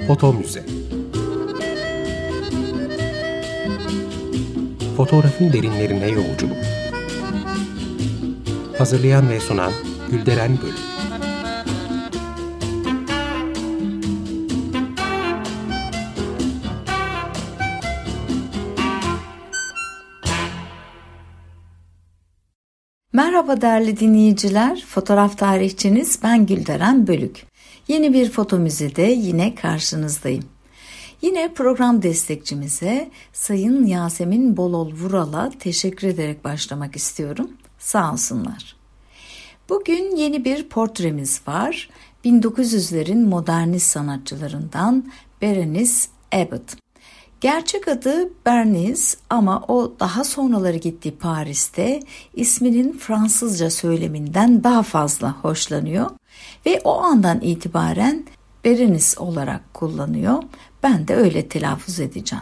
Foto Müze. Fotoğrafın derinlerine yolculuk. Hazırlayan ve sunan Gülderen Bölük. Merhaba değerli dinleyiciler, fotoğraf tarihçiniz ben Gülderen Bölük. Yeni bir foto müzede yine karşınızdayım. Yine program destekçimize Sayın Yasemin Bolol Vural'a teşekkür ederek başlamak istiyorum. Sağ olsunlar. Bugün yeni bir portremiz var. 1900'lerin modernist sanatçılarından Berenice Abbott. Gerçek adı Bernice ama o daha sonraları gittiği Paris'te isminin Fransızca söyleminden daha fazla hoşlanıyor ve o andan itibaren Berenice olarak kullanıyor. Ben de öyle telaffuz edeceğim.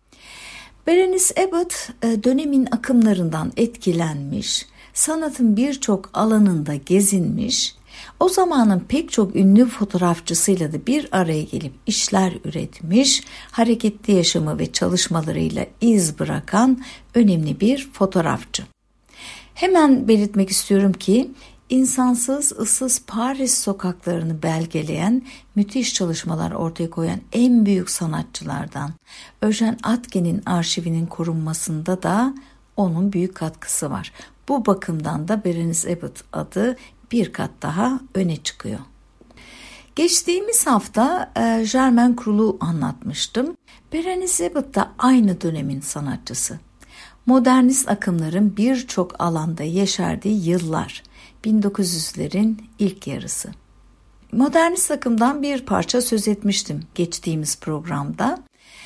Berenice Abbott dönemin akımlarından etkilenmiş, sanatın birçok alanında gezinmiş, o zamanın pek çok ünlü fotoğrafçısıyla da bir araya gelip işler üretmiş, hareketli yaşamı ve çalışmalarıyla iz bırakan önemli bir fotoğrafçı. Hemen belirtmek istiyorum ki insansız, ıssız Paris sokaklarını belgeleyen müthiş çalışmalar ortaya koyan en büyük sanatçılardan Eugène Atgen'in arşivinin korunmasında da onun büyük katkısı var. Bu bakımdan da Berenice Abbott adı bir kat daha öne çıkıyor. Geçtiğimiz hafta Germaine Krul'u anlatmıştım. Berenice Abbott da aynı dönemin sanatçısı. Modernist akımların birçok alanda yeşerdiği yıllar, 1900'lerin ilk yarısı. Modernist akımdan bir parça söz etmiştim geçtiğimiz programda.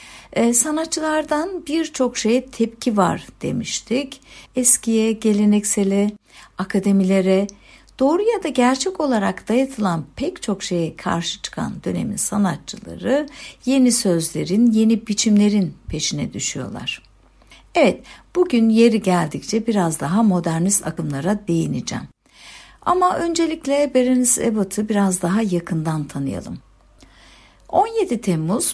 Sanatçılardan birçok şeye tepki var demiştik. Eskiye, geleneksele, akademilere, doğru ya da gerçek olarak dayatılan pek çok şeye karşı çıkan dönemin sanatçıları yeni sözlerin, yeni biçimlerin peşine düşüyorlar. Evet, bugün yeri geldikçe biraz daha modernist akımlara değineceğim. Ama öncelikle Berenice Abbott'ı biraz daha yakından tanıyalım. 17 Temmuz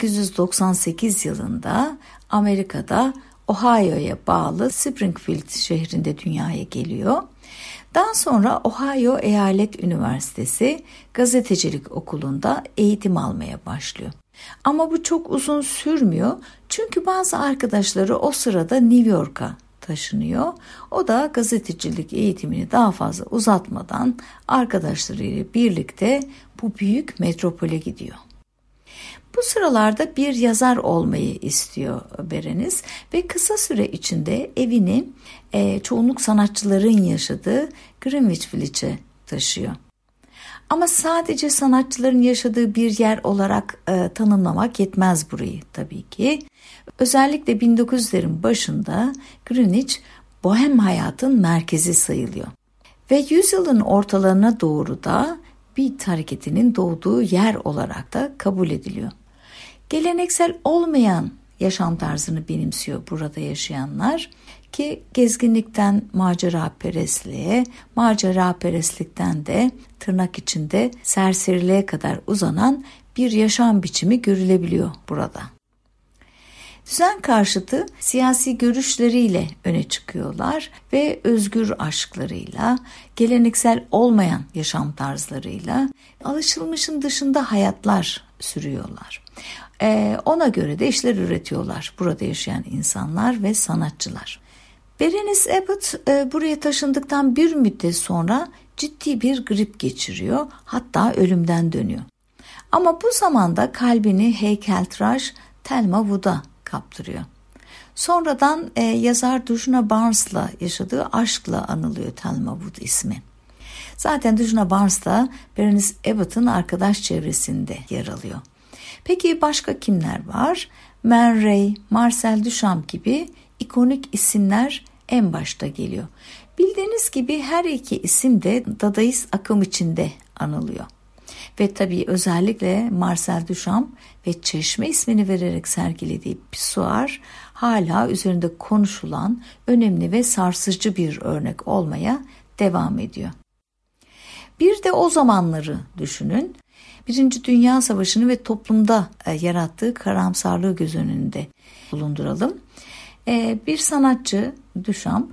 1898 yılında Amerika'da Ohio'ya bağlı Springfield şehrinde dünyaya geliyor. Daha sonra Ohio Eyalet Üniversitesi Gazetecilik Okulu'nda eğitim almaya başlıyor. Ama bu çok uzun sürmüyor çünkü bazı arkadaşları o sırada New York'a taşınıyor. O da gazetecilik eğitimini daha fazla uzatmadan arkadaşlarıyla birlikte bu büyük metropole gidiyor. Bu sıralarda bir yazar olmayı istiyor Berenice ve kısa süre içinde evini çoğunluk sanatçıların yaşadığı Greenwich Village'e taşıyor. Ama sadece sanatçıların yaşadığı bir yer olarak tanımlamak yetmez burayı tabii ki. Özellikle 1900'lerin başında Greenwich bohem hayatın merkezi sayılıyor. Ve yüzyılın ortalarına doğru da Beat hareketinin doğduğu yer olarak da kabul ediliyor. Geleneksel olmayan yaşam tarzını benimsiyor burada yaşayanlar ki gezginlikten maceraperestliğe, maceraperestlikten de tırnak içinde serseriliğe kadar uzanan bir yaşam biçimi görülebiliyor burada. Düzen karşıtı siyasi görüşleriyle öne çıkıyorlar ve özgür aşklarıyla, geleneksel olmayan yaşam tarzlarıyla alışılmışın dışında hayatlar sürüyorlar. Ona göre de işler üretiyorlar burada yaşayan insanlar ve sanatçılar. Berenice Abbott buraya taşındıktan bir müddet sonra ciddi bir grip geçiriyor, hatta ölümden dönüyor. Ama bu zamanda kalbini heykeltıraş Thelma Wood'a kaptırıyor. Sonradan yazar Djuna Barnes'la yaşadığı aşkla anılıyor Thelma Wood ismi. Zaten Djuna Barnes da Berenice Abbott'ın arkadaş çevresinde yer alıyor. Peki başka kimler var? Man Ray, Marcel Duchamp gibi ikonik isimler en başta geliyor. Bildiğiniz gibi her iki isim de Dadaist akım içinde anılıyor. Ve tabii özellikle Marcel Duchamp ve Çeşme ismini vererek sergilediği pisuar hala üzerinde konuşulan önemli ve sarsıcı bir örnek olmaya devam ediyor. Bir de o zamanları düşünün. Birinci Dünya Savaşı'nı ve toplumda yarattığı karamsarlığı göz önünde bulunduralım. Bir sanatçı Duchamp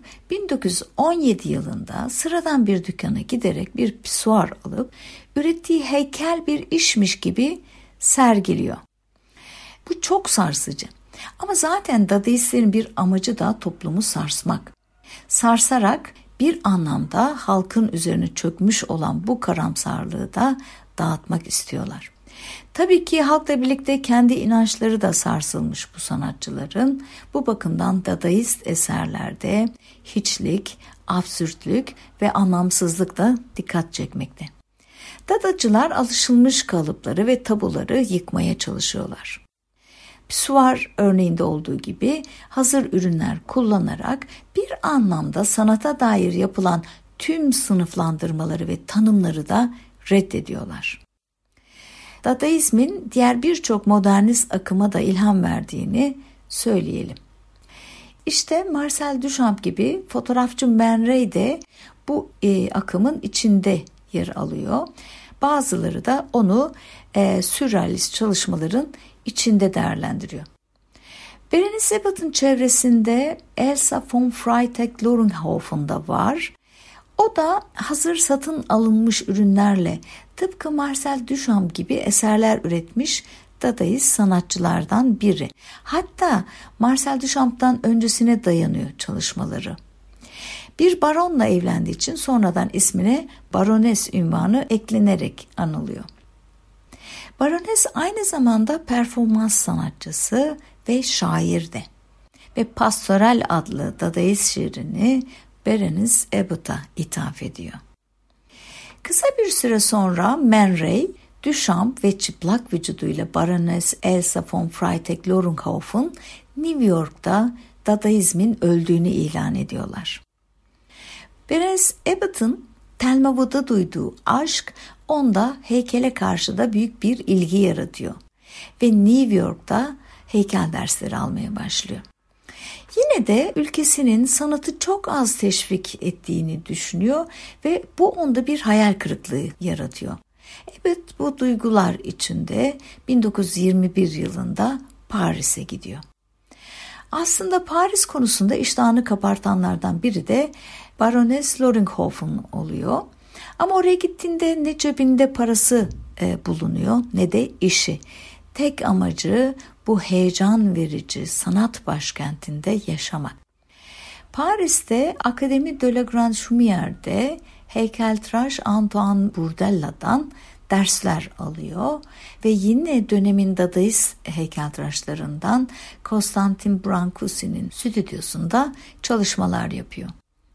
1917 yılında sıradan bir dükkana giderek bir pisuar alıp ürettiği heykel bir işmiş gibi sergiliyor. Bu çok sarsıcı. Ama zaten Dadaistlerin bir amacı da toplumu sarsmak. Sarsarak bir anlamda halkın üzerine çökmüş olan bu karamsarlığı da dağıtmak istiyorlar. Tabii ki halkla birlikte kendi inançları da sarsılmış bu sanatçıların. Bu bakımdan Dadaist eserlerde hiçlik, absürtlük ve anlamsızlık da dikkat çekmekte. Dadacılar alışılmış kalıpları ve tabuları yıkmaya çalışıyorlar. Pisuar örneğinde olduğu gibi hazır ürünler kullanarak bir anlamda sanata dair yapılan tüm sınıflandırmaları ve tanımları da reddediyorlar. Dadaizmin diğer birçok modernist akıma da ilham verdiğini söyleyelim. İşte Marcel Duchamp gibi fotoğrafçı Man Ray de bu akımın içinde yer alıyor. Bazıları da onu sürrealist çalışmaların içinde değerlendiriyor. Berenice Abbot'un çevresinde Elsa von Freytag-Loringhofen da var. O da hazır satın alınmış ürünlerle tıpkı Marcel Duchamp gibi eserler üretmiş Dadaist sanatçılardan biri. Hatta Marcel Duchamp'tan öncesine dayanıyor çalışmaları. Bir baronla evlendiği için sonradan ismine Barones ünvanı eklenerek anılıyor. Barones aynı zamanda performans sanatçısı ve şair de. Ve Pastoral adlı Dadaist şiirini Berenice Abbot'a ithaf ediyor. Kısa bir süre sonra Man Ray, Duchamp ve çıplak vücuduyla Baroness Elsa von Freytag-Loringhofen New York'ta Dadaizmin öldüğünü ilan ediyorlar. Berenice Abbot'un Thelma Wood'a duyduğu aşk onda heykele karşı da büyük bir ilgi yaratıyor ve New York'ta heykel dersleri almaya başlıyor. Yine de ülkesinin sanatı çok az teşvik ettiğini düşünüyor ve bu onda bir hayal kırıklığı yaratıyor. Evet, bu duygular içinde 1921 yılında Paris'e gidiyor. Aslında Paris konusunda iştahını kabartanlardan biri de Baroness Loringhofen oluyor. Ama oraya gittiğinde ne cebinde parası bulunuyor ne de işi. Tek amacı bu heyecan verici sanat başkentinde yaşamak. Paris'te Akademi de la Grande Chaumière'de heykeltıraş Antoine Bourdella'dan dersler alıyor ve yine dönemin Dadaist heykeltıraşlarından Konstantin Brancusi'nin stüdyosunda çalışmalar yapıyor.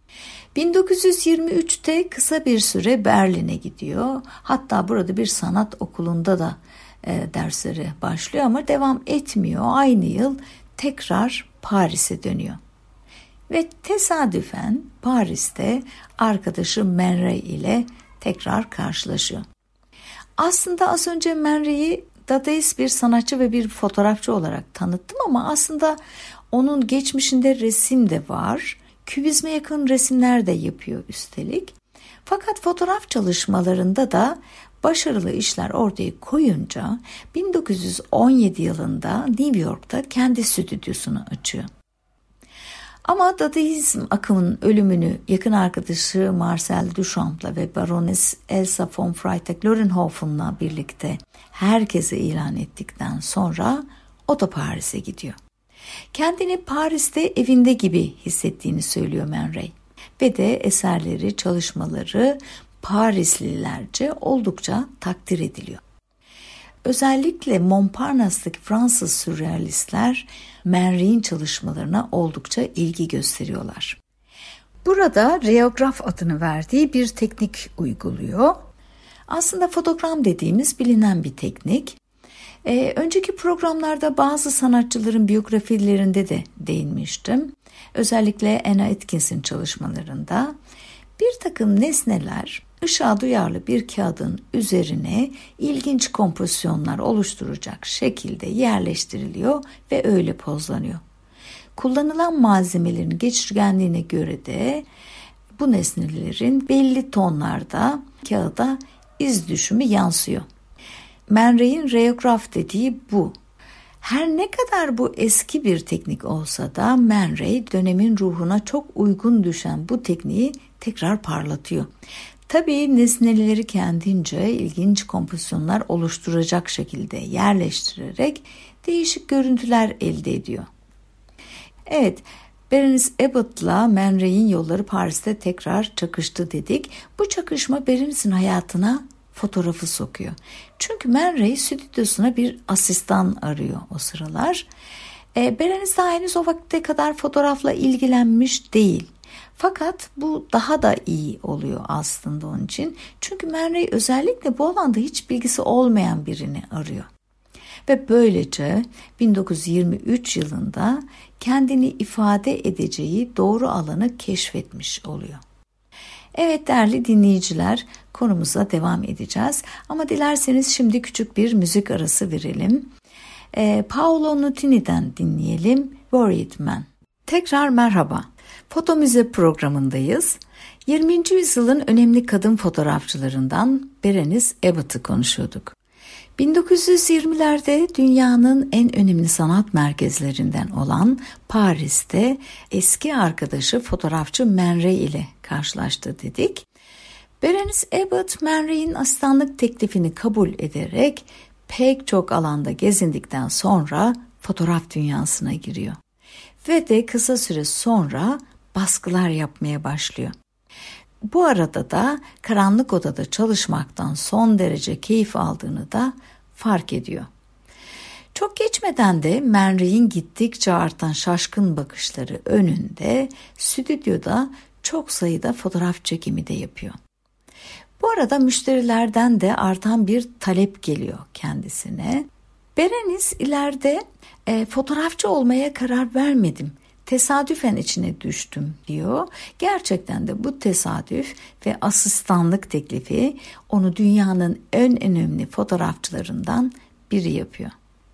1923'te kısa bir süre Berlin'e gidiyor. Hatta burada bir sanat okulunda da dersleri başlıyor ama devam etmiyor. Aynı yıl tekrar Paris'e dönüyor. Ve tesadüfen Paris'te arkadaşı Man Ray ile tekrar karşılaşıyor. Aslında az önce Man Ray'i Dadaist bir sanatçı ve bir fotoğrafçı olarak tanıttım ama aslında onun geçmişinde resim de var. Kübizme yakın resimler de yapıyor üstelik. Fakat fotoğraf çalışmalarında da başarılı işler ortaya koyunca 1917 yılında New York'ta kendi stüdyosunu açıyor. Ama Dadaizm akımının ölümünü yakın arkadaşı Marcel Duchamp'la ve Baroness Elsa von Freytag-Loringhofen'la birlikte herkese ilan ettikten sonra o da Paris'e gidiyor. Kendini Paris'te evinde gibi hissettiğini söylüyor Man Ray. Ve de eserleri, çalışmaları Parislilerce oldukça takdir ediliyor. Özellikle Montparnasse'daki Fransız sürrealistler Man Ray'in çalışmalarına oldukça ilgi gösteriyorlar. Burada reograf adını verdiği bir teknik uyguluyor. Aslında fotogram dediğimiz bilinen bir teknik. Önceki programlarda bazı sanatçıların biyografilerinde de değinmiştim. Özellikle Anna Atkins'in çalışmalarında bir takım nesneler ışığa duyarlı bir kağıdın üzerine ilginç kompozisyonlar oluşturacak şekilde yerleştiriliyor ve öyle pozlanıyor. Kullanılan malzemelerin geçirgenliğine göre de bu nesnelerin belli tonlarda kağıda iz düşümü yansıyor. Man Ray'in reyograf dediği bu. Her ne kadar bu eski bir teknik olsa da Man Ray dönemin ruhuna çok uygun düşen bu tekniği tekrar parlatıyor. Tabii nesneleri kendince ilginç kompozisyonlar oluşturacak şekilde yerleştirerek değişik görüntüler elde ediyor. Evet, Berenice Abbott'la Man Ray'in yolları Paris'te tekrar çakıştı dedik. Bu çakışma Berenice'in hayatına fotoğrafı sokuyor. Çünkü Man Ray stüdyosuna bir asistan arıyor o sıralar. Berenice daha henüz o vakte kadar fotoğrafla ilgilenmiş değil. Fakat bu daha da iyi oluyor aslında onun için. Çünkü Man Ray özellikle bu alanda hiç bilgisi olmayan birini arıyor. Ve böylece 1923 yılında kendini ifade edeceği doğru alanı keşfetmiş oluyor. Evet değerli dinleyiciler, konumuza devam edeceğiz. Ama dilerseniz şimdi küçük bir müzik arası verelim. Paolo Nutini'den dinleyelim, Worried Man. Tekrar merhaba. Foto Müze programındayız. 20. yüzyılın önemli kadın fotoğrafçılarından Berenice Abbott'ı konuşuyorduk. 1920'lerde dünyanın en önemli sanat merkezlerinden olan Paris'te eski arkadaşı fotoğrafçı Man Ray ile karşılaştı dedik. Berenice Abbott, Man Ray'in asistanlık teklifini kabul ederek pek çok alanda gezindikten sonra fotoğraf dünyasına giriyor. Ve de kısa süre sonra baskılar yapmaya başlıyor. Bu arada da karanlık odada çalışmaktan son derece keyif aldığını da fark ediyor. Çok geçmeden de Man Ray'in gittikçe artan şaşkın bakışları önünde stüdyoda çok sayıda fotoğraf çekimi de yapıyor. Bu arada müşterilerden de artan bir talep geliyor kendisine. Berenice ileride fotoğrafçı olmaya karar vermedim. Tesadüfen içine düştüm diyor. Gerçekten de bu tesadüf ve asistanlık teklifi onu dünyanın en önemli fotoğrafçılarından biri yapıyor.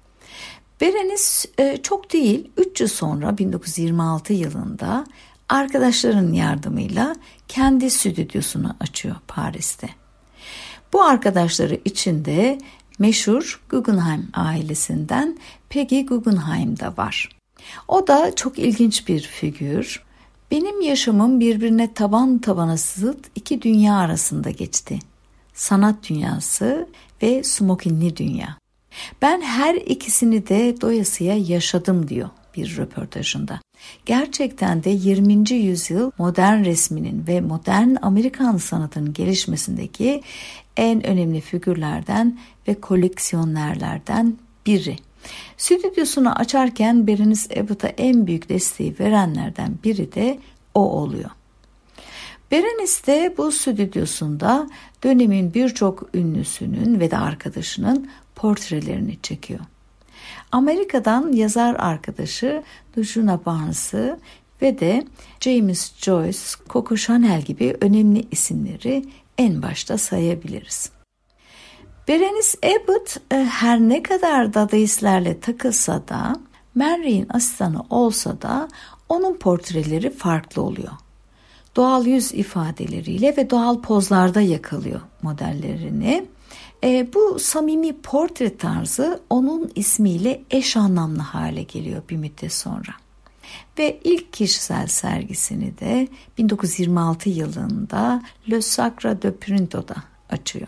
Berenice çok değil 3 yıl sonra 1926 yılında arkadaşlarının yardımıyla kendi stüdyosunu açıyor Paris'te. Bu arkadaşları içinde meşhur Guggenheim ailesinden Peggy Guggenheim da var. O da çok ilginç bir figür. Benim yaşamım birbirine taban tabana zıt iki dünya arasında geçti. Sanat dünyası ve smokinli dünya. Ben her ikisini de doyasıya yaşadım diyor bir röportajında. Gerçekten de 20. yüzyıl modern resminin ve modern Amerikan sanatının gelişmesindeki en önemli figürlerden ve koleksiyonerlerden biri. Stüdyosunu açarken Berenice Abbott'a en büyük desteği verenlerden biri de o oluyor. Berenice de bu stüdyosunda dönemin birçok ünlüsünün ve de arkadaşının portrelerini çekiyor. Amerika'dan yazar arkadaşı Dujuna Barnes'ı ve de James Joyce, Coco Chanel gibi önemli isimleri en başta sayabiliriz. Berenice Abbott her ne kadar dadaistlerle takılsa da Man Ray'in asistanı olsa da onun portreleri farklı oluyor. Doğal yüz ifadeleriyle ve doğal pozlarda yakalıyor modellerini. Bu samimi portre tarzı onun ismiyle eş anlamlı hale geliyor bir müddet sonra. Ve ilk kişisel sergisini de 1926 yılında Le Sacre de Printemps açıyor.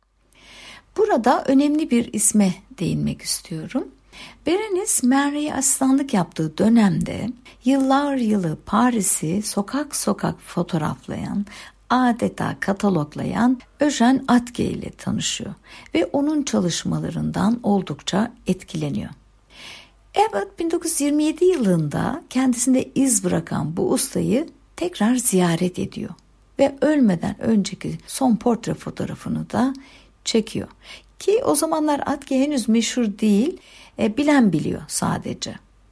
Burada önemli bir isme değinmek istiyorum. Berenice Man Ray'e asistanlık yaptığı dönemde yıllar yılı Paris'i sokak sokak fotoğraflayan, adeta kataloglayan Eugène Atget ile tanışıyor ve onun çalışmalarından oldukça etkileniyor. Abbott 1927 yılında kendisinde iz bırakan bu ustayı tekrar ziyaret ediyor ve ölmeden önceki son portre fotoğrafını da çekiyor. Ki o zamanlar Atget henüz meşhur değil, bilen biliyor sadece.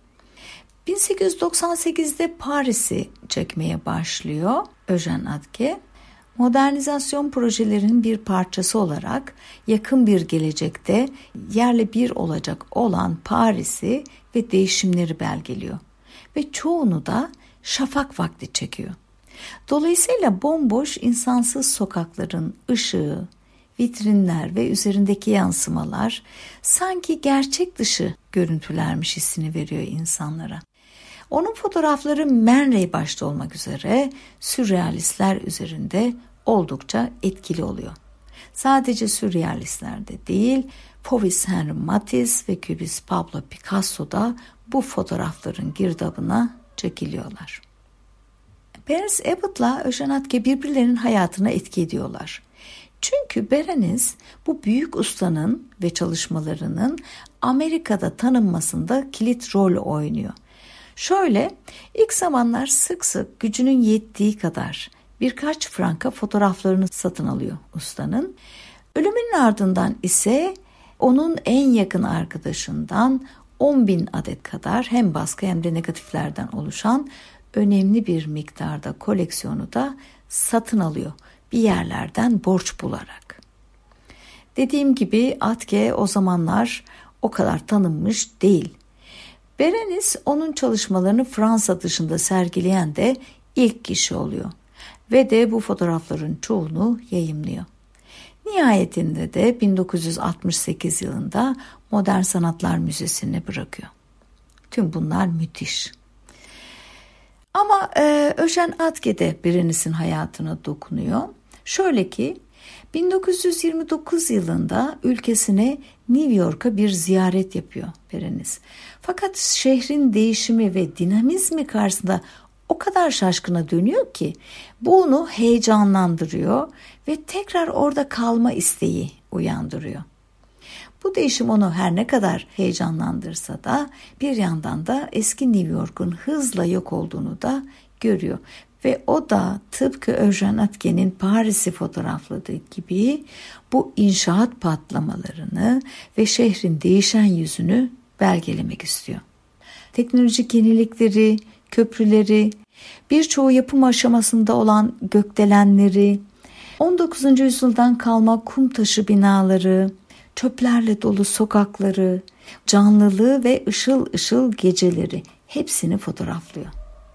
1898'de Paris'i çekmeye başlıyor Eugène Atget. Modernizasyon projelerinin bir parçası olarak yakın bir gelecekte yerle bir olacak olan Paris'i ve değişimleri belgeliyor. Ve çoğunu da şafak vakti çekiyor. Dolayısıyla bomboş insansız sokakların ışığı, vitrinler ve üzerindeki yansımalar sanki gerçek dışı görüntülermiş hissini veriyor insanlara. Onun fotoğrafları Man Ray başta olmak üzere sürrealistler üzerinde oldukça etkili oluyor. Sadece sürrealistlerde değil, Fauves Henri Matisse ve kübist Pablo Picasso da bu fotoğrafların girdabına çekiliyorlar. Berenice Abbott'la Eugène Atke birbirlerinin hayatına etki ediyorlar. Çünkü Berenice bu büyük ustanın ve çalışmalarının Amerika'da tanınmasında kilit rol oynuyor. Şöyle, ilk zamanlar sık sık gücünün yettiği kadar birkaç franka fotoğraflarını satın alıyor ustanın. Ölümünün ardından ise onun en yakın arkadaşından 10.000 adet kadar hem baskı hem de negatiflerden oluşan önemli bir miktarda koleksiyonu da satın alıyor bir yerlerden borç bularak. Dediğim gibi Atke o zamanlar o kadar tanınmış değil. Berenice onun çalışmalarını Fransa dışında sergileyen de ilk kişi oluyor ve de bu fotoğrafların çoğunu yayımlıyor. Nihayetinde de 1968 yılında Modern Sanatlar Müzesi'ne bırakıyor. Tüm bunlar müthiş. Ama Eugène Atke de Berenice'in hayatına dokunuyor. Şöyle ki 1929 yılında ülkesine New York'a bir ziyaret yapıyor Berenice. Fakat şehrin değişimi ve dinamizmi karşısında o kadar şaşkına dönüyor ki bu onu heyecanlandırıyor ve tekrar orada kalma isteği uyandırıyor. Bu değişim onu her ne kadar heyecanlandırsa da bir yandan da eski New York'un hızla yok olduğunu da görüyor. Ve o da tıpkı Eugène Atke'nin Paris'i fotoğrafladığı gibi bu inşaat patlamalarını ve şehrin değişen yüzünü belgelemek istiyor. Teknolojik yenilikleri, köprüleri, birçoğu yapım aşamasında olan gökdelenleri, 19. yüzyıldan kalma kum taşı binaları, çöplerle dolu sokakları, canlılığı ve ışıl ışıl geceleri hepsini fotoğraflıyor.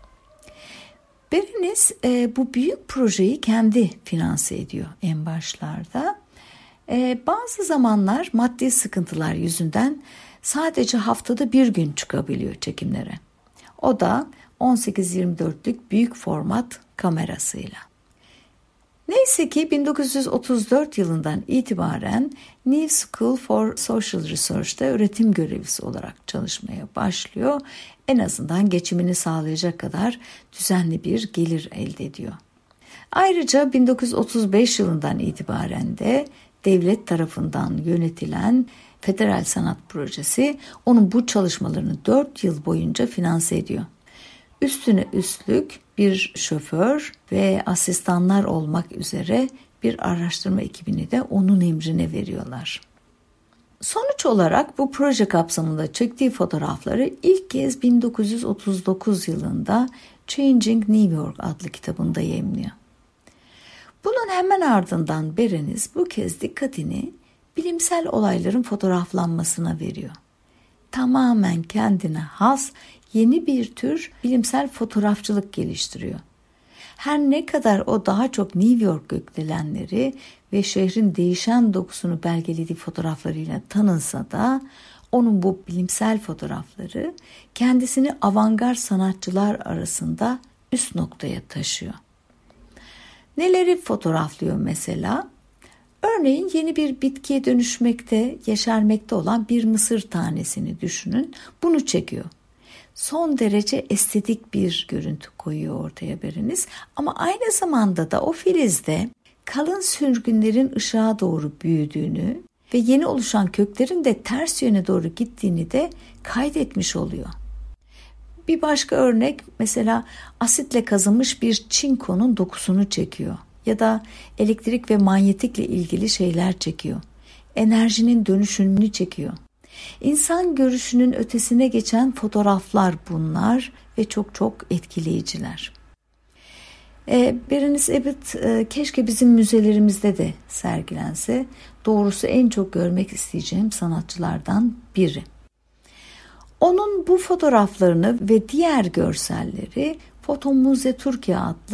Berenice bu büyük projeyi kendi finanse ediyor en başlarda. Bazı zamanlar maddi sıkıntılar yüzünden sadece haftada bir gün çıkabiliyor çekimlere. O da 18-24'lük büyük format kamerasıyla. Neyse ki 1934 yılından itibaren New School for Social Research'ta öğretim görevlisi olarak çalışmaya başlıyor. En azından geçimini sağlayacak kadar düzenli bir gelir elde ediyor. Ayrıca 1935 yılından itibaren de devlet tarafından yönetilen Federal Sanat Projesi onun bu çalışmalarını 4 yıl boyunca finanse ediyor. Üstüne üstlük bir şoför ve asistanlar olmak üzere bir araştırma ekibini de onun emrine veriyorlar. Sonuç olarak bu proje kapsamında çektiği fotoğrafları ilk kez 1939 yılında Changing New York adlı kitabında yayımlıyor. Bunun hemen ardından Berenice bu kez dikkatini bilimsel olayların fotoğraflanmasına veriyor. Tamamen kendine has yeni bir tür bilimsel fotoğrafçılık geliştiriyor. Her ne kadar o daha çok New York gökdelenleri ve şehrin değişen dokusunu belgelediği fotoğraflarıyla tanınsa da onun bu bilimsel fotoğrafları kendisini avantgard sanatçılar arasında üst noktaya taşıyor. Neleri fotoğraflıyor mesela? Örneğin yeni bir bitkiye dönüşmekte, yeşermekte olan bir mısır tanesini düşünün. Bunu çekiyor. Son derece estetik bir görüntü koyuyor ortaya Berenice. Ama aynı zamanda da o filizde kalın sürgünlerin ışığa doğru büyüdüğünü ve yeni oluşan köklerin de ters yöne doğru gittiğini de kaydetmiş oluyor. Bir başka örnek mesela asitle kazınmış bir çinkonun dokusunu çekiyor. Ya da elektrik ve manyetikle ilgili şeyler çekiyor. Enerjinin dönüşümünü çekiyor. İnsan görüşünün ötesine geçen fotoğraflar bunlar ve çok çok etkileyiciler. Berenice Abbott keşke bizim müzelerimizde de sergilense. Doğrusu en çok görmek isteyeceğim sanatçılardan biri. Onun bu fotoğraflarını ve diğer görselleri Foto Müze Türkiye adlı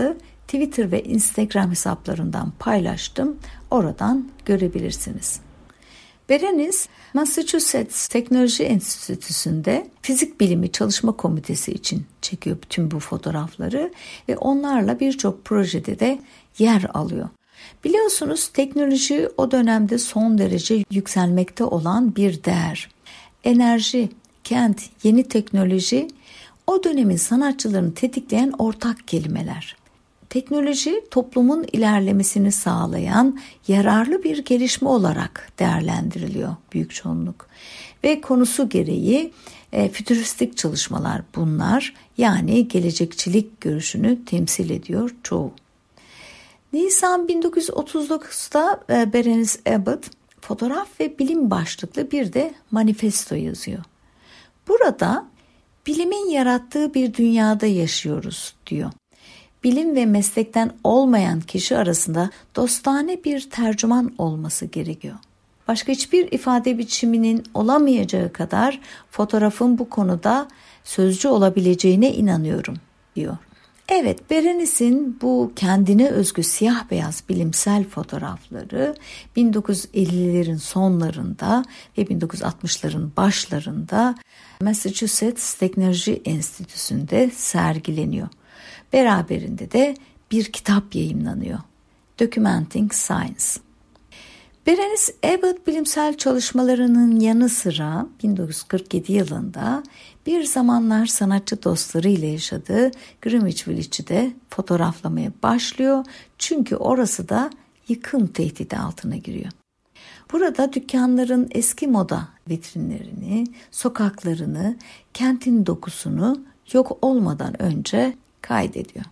Twitter ve Instagram hesaplarından paylaştım. Oradan görebilirsiniz. Berenice, Massachusetts Teknoloji Enstitüsü'nde fizik bilimi çalışma komitesi için çekiyor bütün bu fotoğrafları ve onlarla birçok projede de yer alıyor. Biliyorsunuz teknoloji o dönemde son derece yükselmekte olan bir değer. Enerji, kent, yeni teknoloji o dönemin sanatçılarını tetikleyen ortak kelimeler. Teknoloji toplumun ilerlemesini sağlayan yararlı bir gelişme olarak değerlendiriliyor büyük çoğunluk. Ve konusu gereği fütüristik çalışmalar bunlar, yani gelecekçilik görüşünü temsil ediyor çoğu. Nisan 1939'da Berenice Abbott fotoğraf ve bilim başlıklı bir de manifesto yazıyor. Burada bilimin yarattığı bir dünyada yaşıyoruz diyor. Bilim ve meslekten olmayan kişi arasında dostane bir tercüman olması gerekiyor. Başka hiçbir ifade biçiminin olamayacağı kadar fotoğrafın bu konuda sözcü olabileceğine inanıyorum diyor. Evet, Berenice'in bu kendine özgü siyah beyaz bilimsel fotoğrafları 1950'lerin sonlarında ve 1960'ların başlarında Massachusetts Teknoloji Enstitüsü'nde sergileniyor. Beraberinde de bir kitap yayımlanıyor. Documenting Science. Berenice Abbott bilimsel çalışmalarının yanı sıra 1947 yılında bir zamanlar sanatçı dostları ile yaşadığı Greenwich Village'i de fotoğraflamaya başlıyor. Çünkü orası da yıkım tehdidi altına giriyor. Burada dükkanların eski moda vitrinlerini, sokaklarını, kentin dokusunu yok olmadan önce kaydediyor.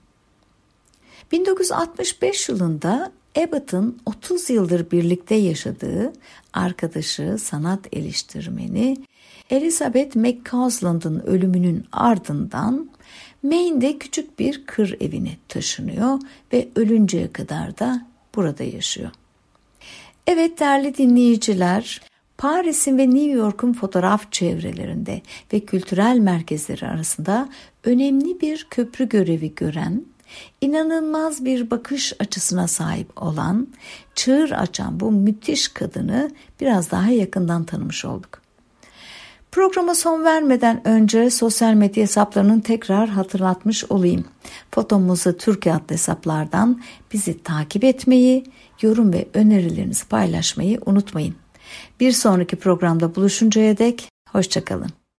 1965 yılında Abbott'ın 30 yıldır birlikte yaşadığı arkadaşı, sanat eleştirmeni Elizabeth McCausland'ın ölümünün ardından Maine'de küçük bir kır evine taşınıyor ve ölünceye kadar da burada yaşıyor. Evet değerli dinleyiciler, Paris'in ve New York'un fotoğraf çevrelerinde ve kültürel merkezleri arasında önemli bir köprü görevi gören, inanılmaz bir bakış açısına sahip olan, çığır açan bu müthiş kadını biraz daha yakından tanımış olduk. Programa son vermeden önce sosyal medya hesaplarını tekrar hatırlatmış olayım. Fotomuzu Türkiye adlı hesaplardan bizi takip etmeyi, yorum ve önerilerinizi paylaşmayı unutmayın. Bir sonraki programda buluşuncaya dek hoşça kalın.